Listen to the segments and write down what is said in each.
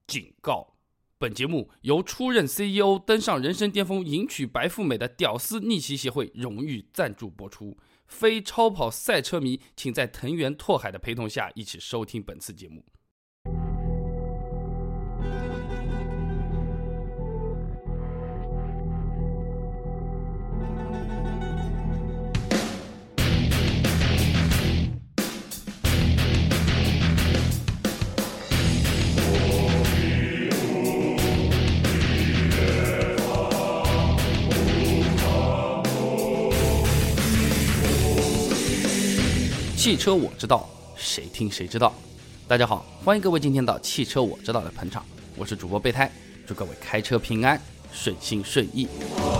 警告：本节目由出任 CEO 登上人生巅峰迎娶白富美的屌丝逆袭协会荣誉赞助播出。非超跑赛车迷，请在藤原拓海的陪同下一起收听本次节目。汽车我知道，谁听谁知道。大家好，欢迎各位今天到汽车我知道的捧场，我是主播备胎，祝各位开车平安，顺心顺意。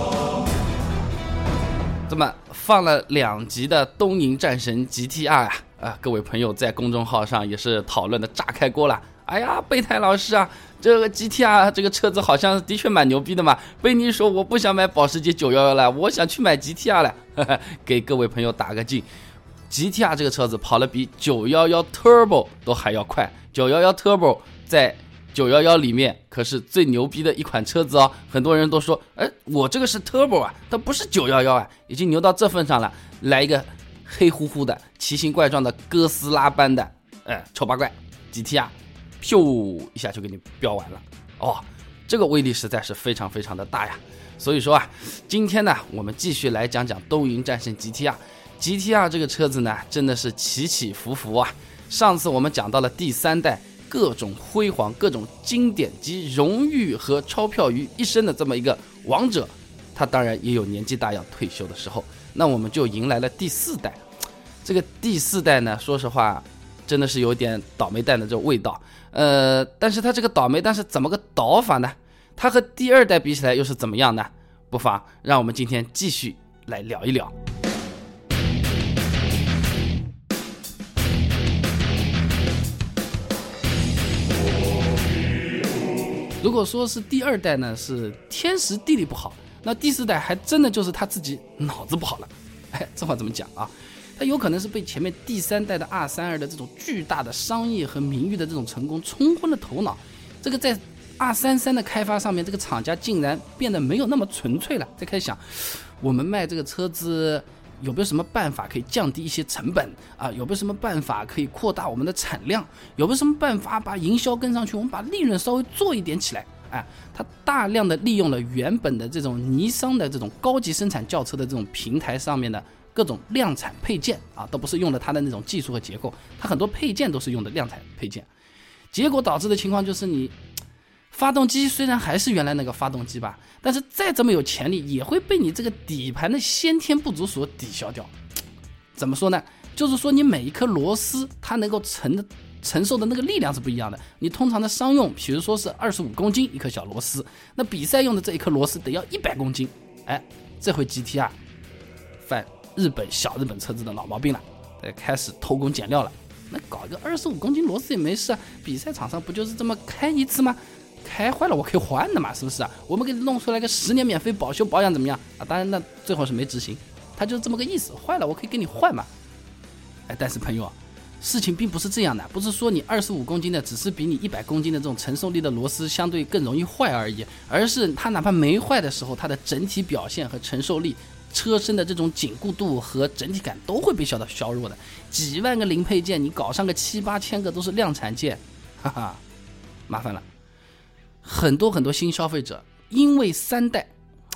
这么放了2集的东瀛战神 GTR 各位朋友在公众号上也是讨论的炸开锅了。哎呀，备胎老师啊，这个 GTR 这个车子好像的确蛮牛逼的嘛。贝尼说我不想买保时捷911了，我想去买 GTR 了。给各位朋友打个劲。GTR 这个车子跑了比911 Turbo 都还要快，911 Turbo 在911里面可是最牛逼的一款车子哦。很多人都说，我这个是 Turbo 啊，它不是911啊，已经牛到这份上了。来一个黑乎乎的奇形怪状的哥斯拉般的，丑八怪 GTR， 咻一下就给你飙完了哦，这个威力实在是非常非常的大呀。所以说啊，今天呢，我们继续来讲讲东瀛战神 GTR。GTR 这个车子呢，真的是起起伏伏啊。上次我们讲到了第3代，各种辉煌、各种经典及荣誉和钞票于一身的这么一个王者，他当然也有年纪大要退休的时候。那我们就迎来了第4代。这个第4代呢，说实话，真的是有点倒霉蛋的这种味道。但是他这个倒霉蛋是怎么个倒法呢？他和第2代比起来又是怎么样呢？不妨让我们今天继续来聊一聊。如果说是第2代呢，是天时地利不好，那第4代还真的就是他自己脑子不好了。这话怎么讲啊？他有可能是被前面第3代的232的这种巨大的商业和名誉的这种成功冲昏了头脑。这个在233的开发上面，这个厂家竟然变得没有那么纯粹了。再开始想，我们卖这个车子有没有什么办法可以降低一些成本啊？有没有什么办法可以扩大我们的产量？有没有什么办法把营销跟上去？我们把利润稍微做一点起来。它大量的利用了原本的这种尼桑的这种高级生产轿车的这种平台上面的各种量产配件啊，都不是用了它的那种技术和结构，它很多配件都是用的量产配件。结果导致的情况就是你发动机虽然还是原来那个发动机吧，但是再这么有潜力也会被你这个底盘的先天不足所抵消掉。怎么说呢？就是说你每一颗螺丝它能够承受的那个力量是不一样的。你通常的商用比如说是25公斤一颗小螺丝，那比赛用的这一颗螺丝得要100公斤。这回 GTR 犯日本车子的老毛病了，开始偷工减料了。那搞一个25公斤螺丝也没事啊，比赛场上不就是这么开一次吗？开坏了我可以换的嘛，是不是啊？我们给你弄出来个10年免费保修保养怎么样啊？当然那最后是没执行，他就是这么个意思，坏了我可以给你换嘛。但是朋友啊，事情并不是这样的，不是说你25公斤的只是比你100公斤的这种承受力的螺丝相对更容易坏而已，而是它哪怕没坏的时候，它的整体表现和承受力、车身的这种紧固度和整体感都会被削弱的。几万个零配件，你搞上个7、8千个都是量产件，麻烦了。很多新消费者因为3代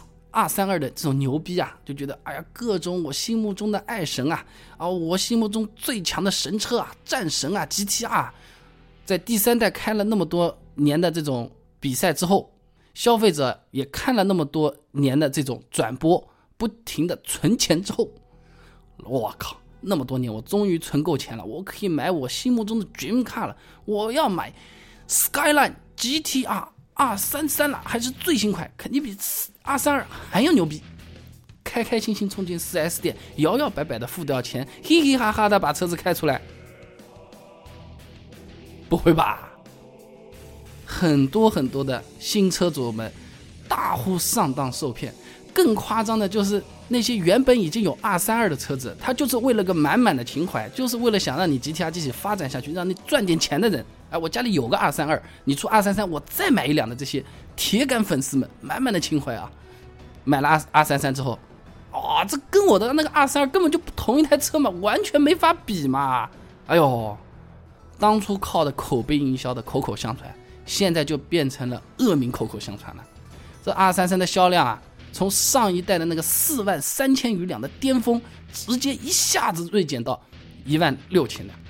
232的这种牛逼啊，就觉得各种我心目中的爱神我心目中最强的神车战神GTR， 在第3代开了那么多年的这种比赛之后，消费者也看了那么多年的这种转播，不停的存钱之后，我靠，那么多年我终于存够钱了，我可以买我心目中的 dream car 了，我要买 Skyline GTR 233了，还是最新款，肯定比232还要牛逼。开心冲进 4S 店，摇摆摆的付掉钱，嘿嘿哈哈的把车子开出来。不会吧？很多的新车主们大呼上当受骗。更夸张的就是那些原本已经有232的车子，他就是为了个满满的情怀，就是为了想让你 GTR 继续发展下去，让你赚点钱的人， 我家里有个232，你出233，我再买一辆的这些铁杆粉丝们满满的情怀啊！买了233之后，这跟我的那个232根本就不同一台车嘛，完全没法比嘛！哎呦，当初靠的口碑营销的口口相传，现在就变成了恶名口口相传了。这233的销量啊，从上一代的那个43000余辆的巅峰，直接一下子锐减到16000辆。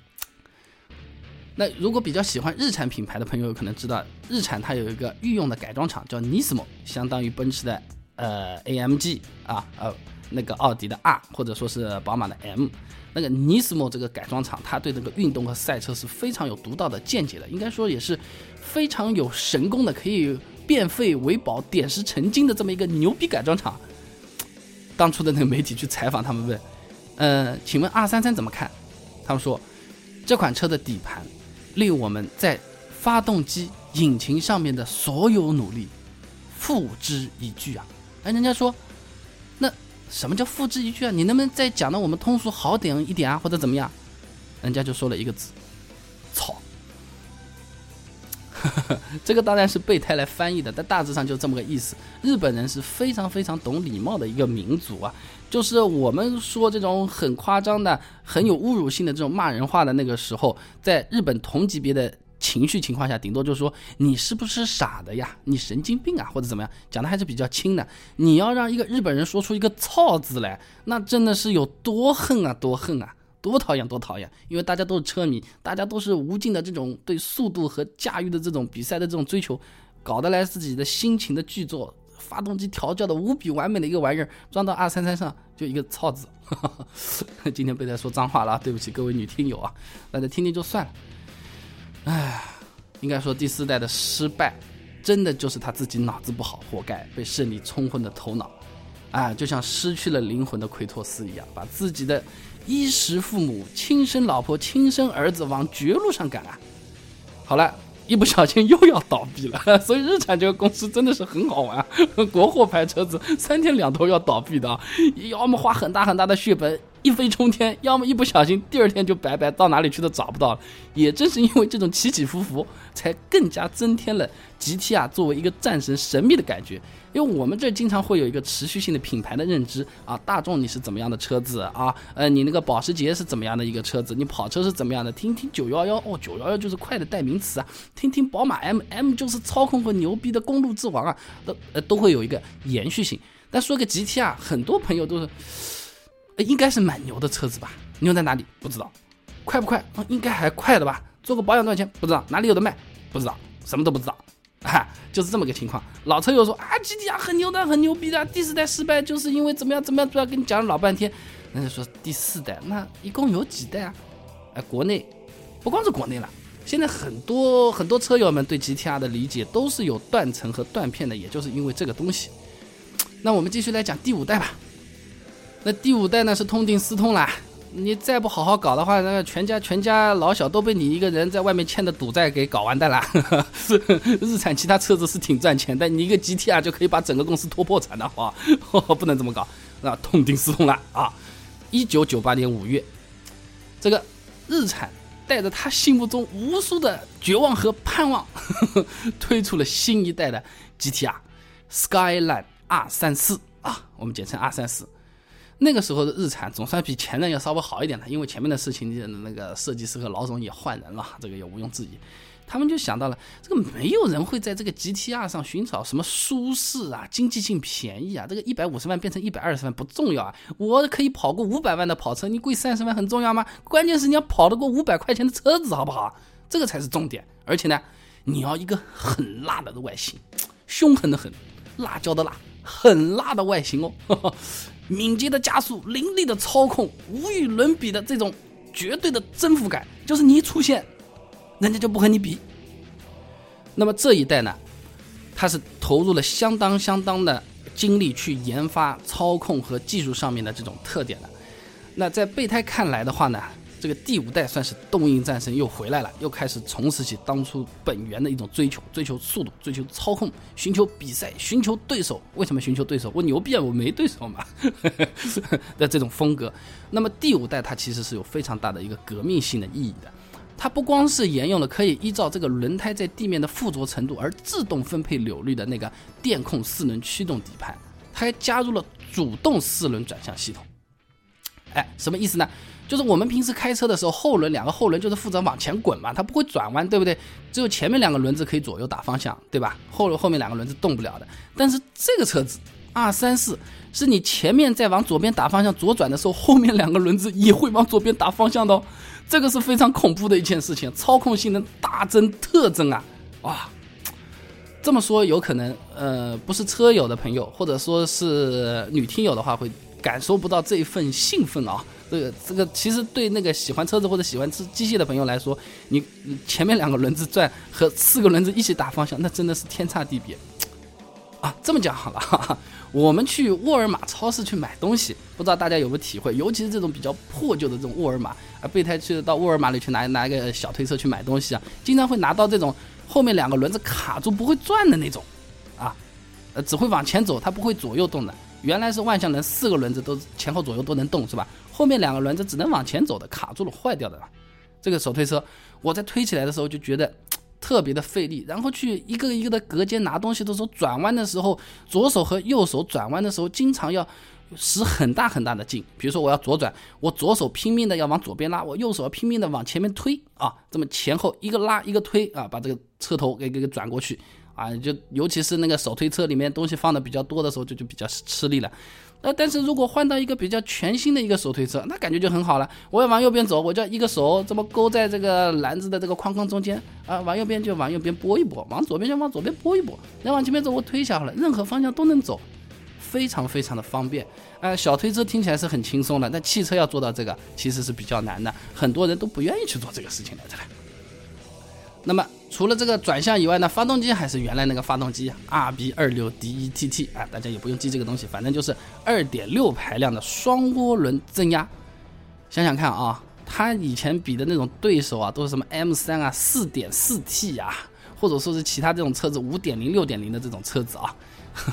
那如果比较喜欢日产品牌的朋友，有可能知道日产它有一个御用的改装厂叫 Nismo， 相当于奔驰的AMG 那个奥迪的 R 或者说是宝马的 M。那个 Nismo 这个改装厂，它对这个运动和赛车是非常有独到的见解的，应该说也是非常有神功的，可以变废为宝、点石成金的这么一个牛逼改装厂。当初的那个媒体去采访他们问，请问233怎么看？他们说这款车的底盘令我们在发动机、引擎上面的所有努力付之一炬啊！人家说，那什么叫付之一炬啊？你能不能再讲的我们通俗好点一点啊，或者怎么样？人家就说了一个字：操！这个当然是备胎来翻译的，但大致上就这么个意思。日本人是非常非常懂礼貌的一个民族啊，就是我们说这种很夸张的、很有侮辱性的这种骂人话的那个时候，在日本同级别的情绪情况下，顶多就说你是不是傻的呀，你神经病啊，或者怎么样，讲的还是比较轻的。你要让一个日本人说出一个操字来，那真的是有多恨啊，多恨啊，多讨厌多讨厌。因为大家都是车迷，大家都是无尽的这种对速度和驾驭的这种比赛的这种追求，搞得来自己的心情的巨作，发动机调教的无比完美的一个玩意儿，装到233上就一个操字。今天被他说脏话了，对不起各位女听友啊，大家听听就算了。应该说第4代的失败真的就是他自己脑子不好，活该被胜利冲昏的头脑就像失去了灵魂的奎托斯一样，把自己的衣食父母、亲生老婆、亲生儿子往绝路上赶啊！好了，一不小心又要倒闭了，所以日产这个公司真的是很好玩，国货牌车子3天2头要倒闭的，要么花很大很大的血本一飞冲天，要么一不小心第2天就拜拜，到哪里去都找不到了。也正是因为这种起起伏伏，才更加增添了 GT-R 作为一个战神神秘的感觉。因为我们这经常会有一个持续性的品牌的认知啊，大众你是怎么样的车子啊？你那个保时捷是怎么样的一个车子？你跑车是怎么样的？听听911，911就是快的代名词啊！听听宝马 M 就是操控和牛逼的公路之王啊，都会有一个延续性。但说个 GT-R， 很多朋友都是。应该是蛮牛的车子吧？牛在哪里？不知道。快不快？应该还快的吧？做个保养多少钱？不知道。哪里有的卖？不知道。什么都不知道。就是这么个情况。老车友说GT-R 很牛的，很牛逼的。第4代失败就是因为怎么样，不要跟你讲了老半天。人家说第4代，那一共有几代啊？国内不光是国内了，现在很多车友们对 GT-R 的理解都是有断层和断片的，也就是因为这个东西。那我们继续来讲第5代吧。那第5代呢是痛定思痛啦，你再不好好搞的话，那全家老小都被你一个人在外面欠的赌债给搞完蛋啦。日产其他车子是挺赚钱，但你一个 GT-R 就可以把整个公司拖破产的话，不能这么搞。那痛定思痛了啊！1998年5月，这个日产带着他心目中无数的绝望和盼望，推出了新一代的 GT-R Skyline R34我们简称 R34。那个时候的日产总算比前任要稍微好一点了，因为前面的事情那个设计师和老总也换人了，这个也毋庸置疑。他们就想到了，这个没有人会在这个 GT-R 上寻找什么舒适啊、经济性便宜啊，这个150万变成120万不重要啊，我可以跑过500万的跑车，你贵30万很重要吗？关键是你要跑得过500块钱的车子，好不好？这个才是重点。而且呢，你要一个很辣的外形，凶狠的很，辣椒的辣，很辣的外形哦。敏捷的加速，凌厉的操控，无与伦比的这种绝对的征服感，就是你一出现，人家就不和你比。那么这一代呢，它是投入了相当的精力去研发操控和技术上面的这种特点的。那在备胎看来的话呢，这个第5代算是动映战神又回来了，又开始重拾起当初本源的一种追求速度，追求操控，寻求比赛，寻求对手。为什么寻求对手？我牛逼啊，我没对手嘛的这种风格。那么第5代它其实是有非常大的一个革命性的意义的。 它不光是沿用了可以依照这个轮胎在地面的附着程度而自动分配扭力的那个电控4轮驱动底盘，它还加入了主动4轮转向系统。什么意思呢？就是我们平时开车的时候，两个后轮就是负责往前滚嘛，它不会转弯，对不对？只有前面2个轮子可以左右打方向，对吧？后面2个轮子动不了的。但是这个车子234是你前面在往左边打方向左转的时候，后面2个轮子也会往左边打方向的哦。这个是非常恐怖的一件事情，操控性能大增特增啊！哇，这么说有可能不是车友的朋友或者说是女听友的话会感受不到这一份兴奋啊。这个其实对那个喜欢车子或者喜欢机械的朋友来说，你前面2个轮子转和4个轮子一起打方向，那真的是天差地别啊！这么讲好了，哈哈，我们去沃尔玛超市去买东西，不知道大家有没有体会，尤其是这种比较破旧的这种沃尔玛备胎去到沃尔玛里去拿一个小推车去买东西啊，经常会拿到这种后面2个轮子卡住不会转的那种啊，只会往前走，它不会左右动的。原来是万向轮4个轮子都前后左右都能动，是吧？后面2个轮子只能往前走的，卡住了，坏掉的。这个手推车我在推起来的时候就觉得特别的费力，然后去一个一个的隔间拿东西的时候，转弯的时候左手和右手转弯的时候经常要使很大很大的劲。比如说我要左转，我左手拼命的要往左边拉，我右手要拼命的往前面推啊，这么前后一个拉一个推啊，把这个车头给转过去啊，就尤其是那个手推车里面东西放的比较多的时候就比较吃力了。但是如果换到一个比较全新的一个手推车，那感觉就很好了。我要往右边走，我就一个手这么勾在这个篮子的这个框中间啊，往右边就往右边拨一拨，往左边就往左边拨一拨，然后往前面走我推下好了，任何方向都能走，非常非常的方便。小推车听起来是很轻松的，但汽车要做到这个其实是比较难的，很多人都不愿意去做这个事情来着。那么除了这个转向以外呢，发动机还是原来那个发动机 RB26D1TT 啊，大家也不用记这个东西，反正就是 2.6 排量的双涡轮增压。想想看啊，它以前比的那种对手啊，都是什么 M3 啊 4.4T 啊，或者说是其他这种车子 5.0 6.0 的这种车子啊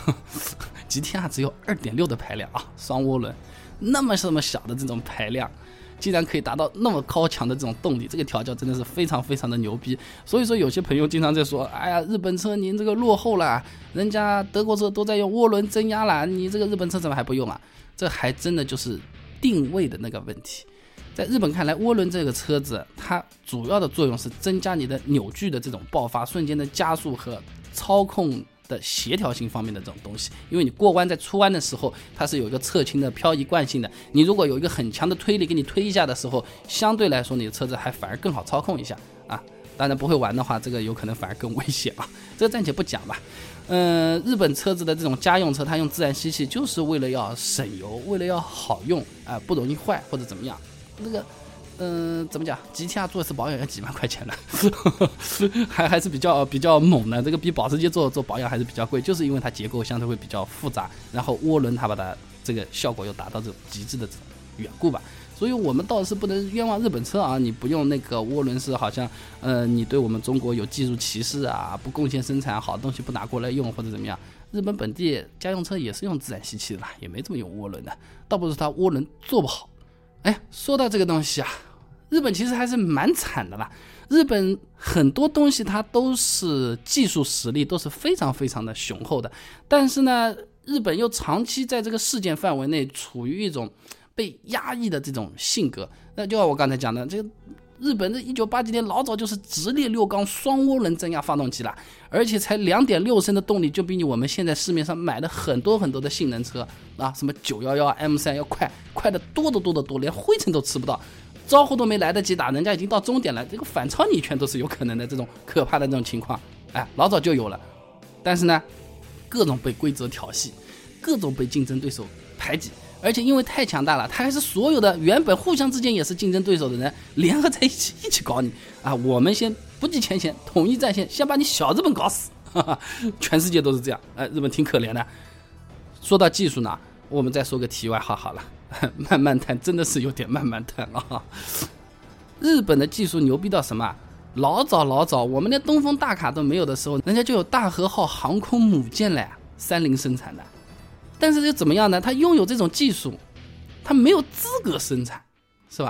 GTR 只有 2.6 的排量啊，双涡轮那么小的这种排量，竟然可以达到那么高强的这种动力，这个调教真的是非常非常的牛逼。所以说有些朋友经常在说，哎呀，日本车您这个落后了，人家德国车都在用涡轮增压了，你这个日本车怎么还不用啊？这还真的就是定位的那个问题。在日本看来，涡轮这个车子它主要的作用是增加你的扭矩的这种爆发，瞬间的加速和操控的协调性方面的这种东西。因为你过弯在出弯的时候，它是有一个侧倾的漂移惯性的，你如果有一个很强的推力给你推一下的时候，相对来说你的车子还反而更好操控一下啊。当然不会玩的话，这个有可能反而更危险啊，这个暂且不讲吧。日本车子的这种家用车它用自然吸气就是为了要省油，为了要好用不容易坏或者怎么样。那个怎么讲 GTR 做一次保养要几万块钱呢还是比较猛的，这个比保时捷做保养还是比较贵，就是因为它结构相对会比较复杂，然后涡轮它把它这个效果又达到这种极致的这种缘故吧。所以我们倒是不能冤枉日本车啊，你不用那个涡轮是好像你对我们中国有技术歧视啊，不贡献生产，好东西不拿过来用或者怎么样。日本本地家用车也是用自然吸气的啦，也没这么用涡轮的，倒不是它涡轮做不好。说到这个东西啊，日本其实还是蛮惨的啦。日本很多东西它都是技术实力都是非常非常的雄厚的，但是呢，日本又长期在这个事件范围内处于一种被压抑的这种性格。那就像我刚才讲的，这个日本的1980年老早就是直列6缸双涡轮增压发动机了，而且才 2.6 升的动力就比我们现在市面上买的很多很多的性能车啊，什么911 M3 要快的多，连灰尘都吃不到，招呼都没来得及打，人家已经到终点了，这个反超你一圈都是有可能的，这种可怕的这种情况老早就有了。但是呢，各种被规则调戏，各种被竞争对手排挤，而且因为太强大了，他还是所有的原本互相之间也是竞争对手的人联合在一起搞你啊！我们先不计前嫌，统一战线，先把你小日本搞死，全世界都是这样。日本挺可怜的。说到技术呢，我们再说个题外话好了，慢慢谈，真的是有点慢慢谈啊。日本的技术牛逼到什么？老早我们连东风大卡都没有的时候，人家就有大和号航空母舰了呀，30生产的。但是又怎么样呢？他拥有这种技术，他没有资格生产，是吧？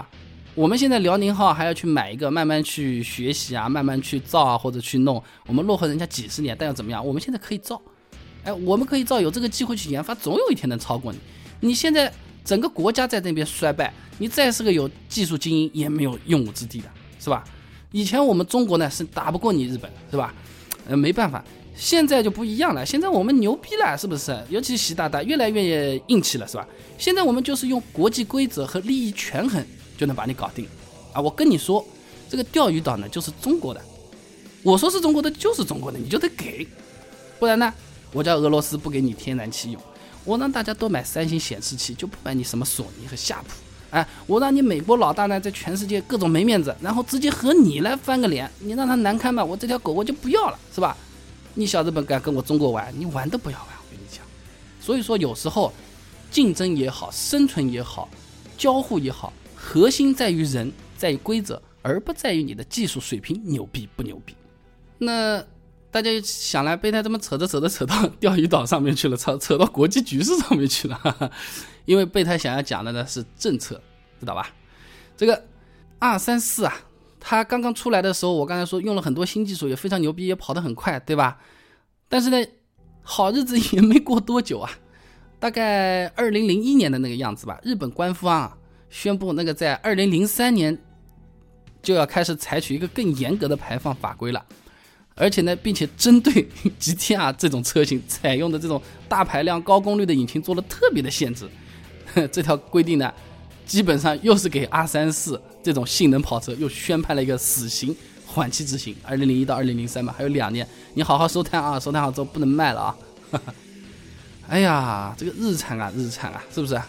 我们现在辽宁号还要去买一个，慢慢去学习啊，慢慢去造啊，或者去弄，我们落后人家几十年，但要怎么样？我们现在可以造，我们可以造，有这个机会去研发，总有一天能超过你。你现在整个国家在那边衰败，你再是个有技术精英也没有用武之地的，是吧？以前我们中国呢是打不过你日本，是吧？没办法，现在就不一样了，现在我们牛逼了，是不是？尤其习大大越来越硬气了，是吧？现在我们就是用国际规则和利益权衡就能把你搞定啊！我跟你说，这个钓鱼岛呢就是中国的，我说是中国的就是中国的，你就得给，不然呢，我叫俄罗斯不给你天然气用，我让大家都买三星显示器，就不买你什么索尼和夏普。我让你美国老大呢在全世界各种没面子，然后直接和你来翻个脸，你让他难堪吧，我这条狗我就不要了，是吧？你小日本敢跟我中国玩，你玩都不要玩，我跟你讲。所以说有时候竞争也好，生存也好，交互也好，核心在于人，在于规则，而不在于你的技术水平牛逼不牛逼。那大家想来，备胎这么扯到钓鱼岛上面去了，扯到国际局势上面去了，因为备胎想要讲的呢是政策，知道吧？这个234啊，它刚刚出来的时候，我刚才说用了很多新技术，也非常牛逼，也跑得很快，对吧？但是呢，好日子也没过多久啊，大概2001年的那个样子吧，日本官方宣布那个在2003年就要开始采取一个更严格的排放法规了。而且呢，并且针对 GTR 这种车型采用的这种大排量高功率的引擎做了特别的限制。这条规定呢，基本上又是给234这种性能跑车又宣判了一个死刑，缓期执行，2001到2003嘛，还有2年，你好好收摊啊，收摊好之后不能卖了啊。哎呀，这个日产啊，是不是？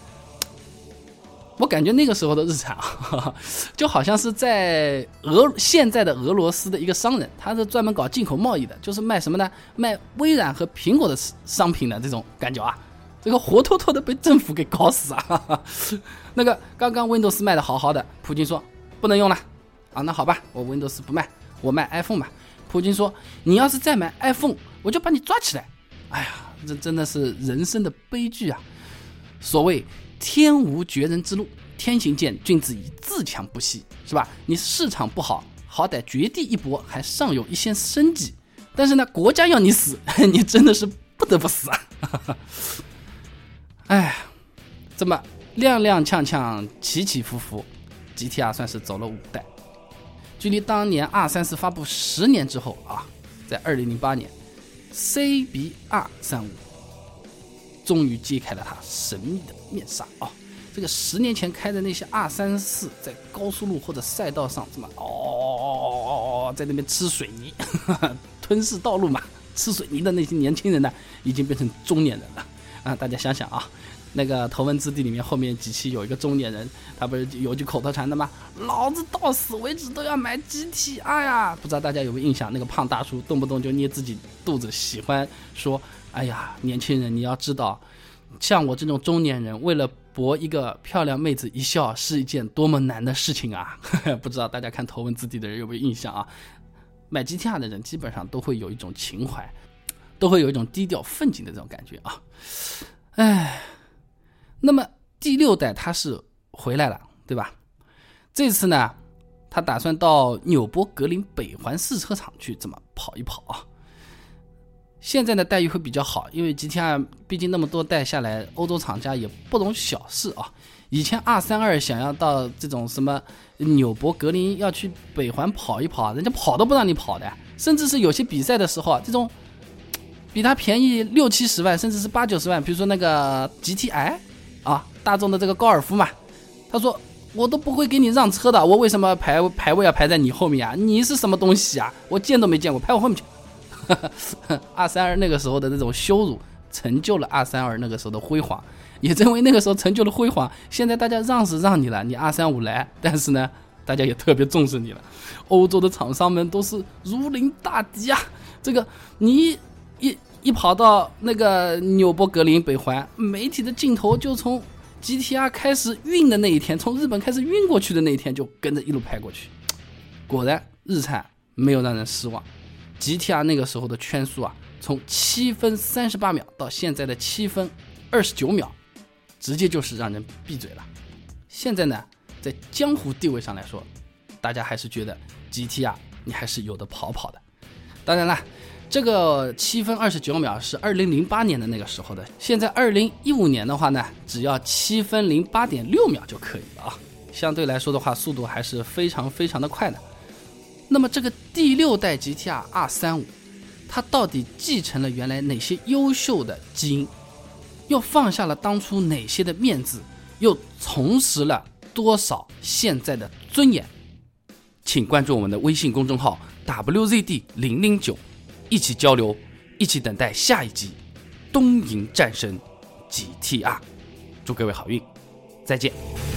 我感觉那个时候的日产就好像是在现在的俄罗斯的一个商人，他是专门搞进口贸易的，就是卖什么呢？卖微软和苹果的商品的这种感觉啊，这个活脱脱的被政府给搞死啊！那个刚刚 Windows 卖的好好的，普京说不能用了啊，那好吧，我 Windows 不卖，我卖 iPhone 吧。普京说你要是再买 iPhone， 我就把你抓起来。哎呀，这真的是人生的悲剧啊！所谓天无绝人之路，天行健，君子以自强不息，是吧？你市场不好，好歹绝地一搏，还尚有一线生机。但是呢，国家要你死，你真的是不得不死啊！哎，这么踉踉跄跄，起起伏伏 ，GTR 算是走了5代。距离当年234发布10年之后啊，在2008年 ，CBR35。终于揭开了它神秘的面纱啊！这个10年前开的那些234，在高速路或者赛道上这么在那边吃水泥，吞噬道路嘛，吃水泥的那些年轻人呢，已经变成中年人了啊！大家想想啊，那个《头文字 D》里面后面几期有一个中年人，他不是有句口头禅的吗？老子到死为止都要买 GTR 呀！不知道大家有没有印象？那个胖大叔动不动就捏自己肚子，喜欢说。哎呀，年轻人，你要知道，像我这种中年人，为了博一个漂亮妹子一笑，是一件多么难的事情啊！不知道大家看头文字 D 的人有没有印象啊？买 GTR 的人基本上都会有一种情怀，都会有一种低调奋进的这种感觉啊。哎，那么第6代它是回来了，对吧？这次呢，他打算到纽博格林北环试车场去这么跑一跑啊。现在的待遇会比较好，因为 GTR 毕竟那么多代下来，欧洲厂家也不容小视啊。以前232想要到这种什么纽博格林要去北环跑一跑，人家跑都不让你跑的，甚至是有些比赛的时候，这种比他便宜60-70万，甚至是80-90万，比如说那个 GTI 啊，大众的这个高尔夫嘛，他说我都不会给你让车的，我为什么排位要排在你后面啊？你是什么东西啊？我见都没见过，排我后面去。232那个时候的那种羞辱，成就了232那个时候的辉煌，也正为那个时候成就了辉煌，现在大家让是让你了，你235来，但是呢，大家也特别重视你了。欧洲的厂商们都是如临大敌啊！这个你一跑到那个纽博格林北环，媒体的镜头就从 GTR 开始运的那一天，从日本开始运过去的那一天，就跟着一路拍过去。果然，日产没有让人失望。GTR 那个时候的圈速啊，从7分38秒到现在的7分29秒，直接就是让人闭嘴了。现在呢， 在江湖地位上来说，大家还是觉得 GT-R 你还是有的跑的。当然了，这个7分29秒是2008年的那个时候的，现在2015年的话呢，只要7分08.6秒就可以了啊。相对来说的话，速度还是非常非常的快的。那么这个第6代 GT-R R35，它到底继承了原来哪些优秀的基因，又放下了当初哪些的面子，又重拾了多少现在的尊严？请关注我们的微信公众号 WZD009， 一起交流，一起等待下一集东瀛战神 GT-R。祝各位好运，再见。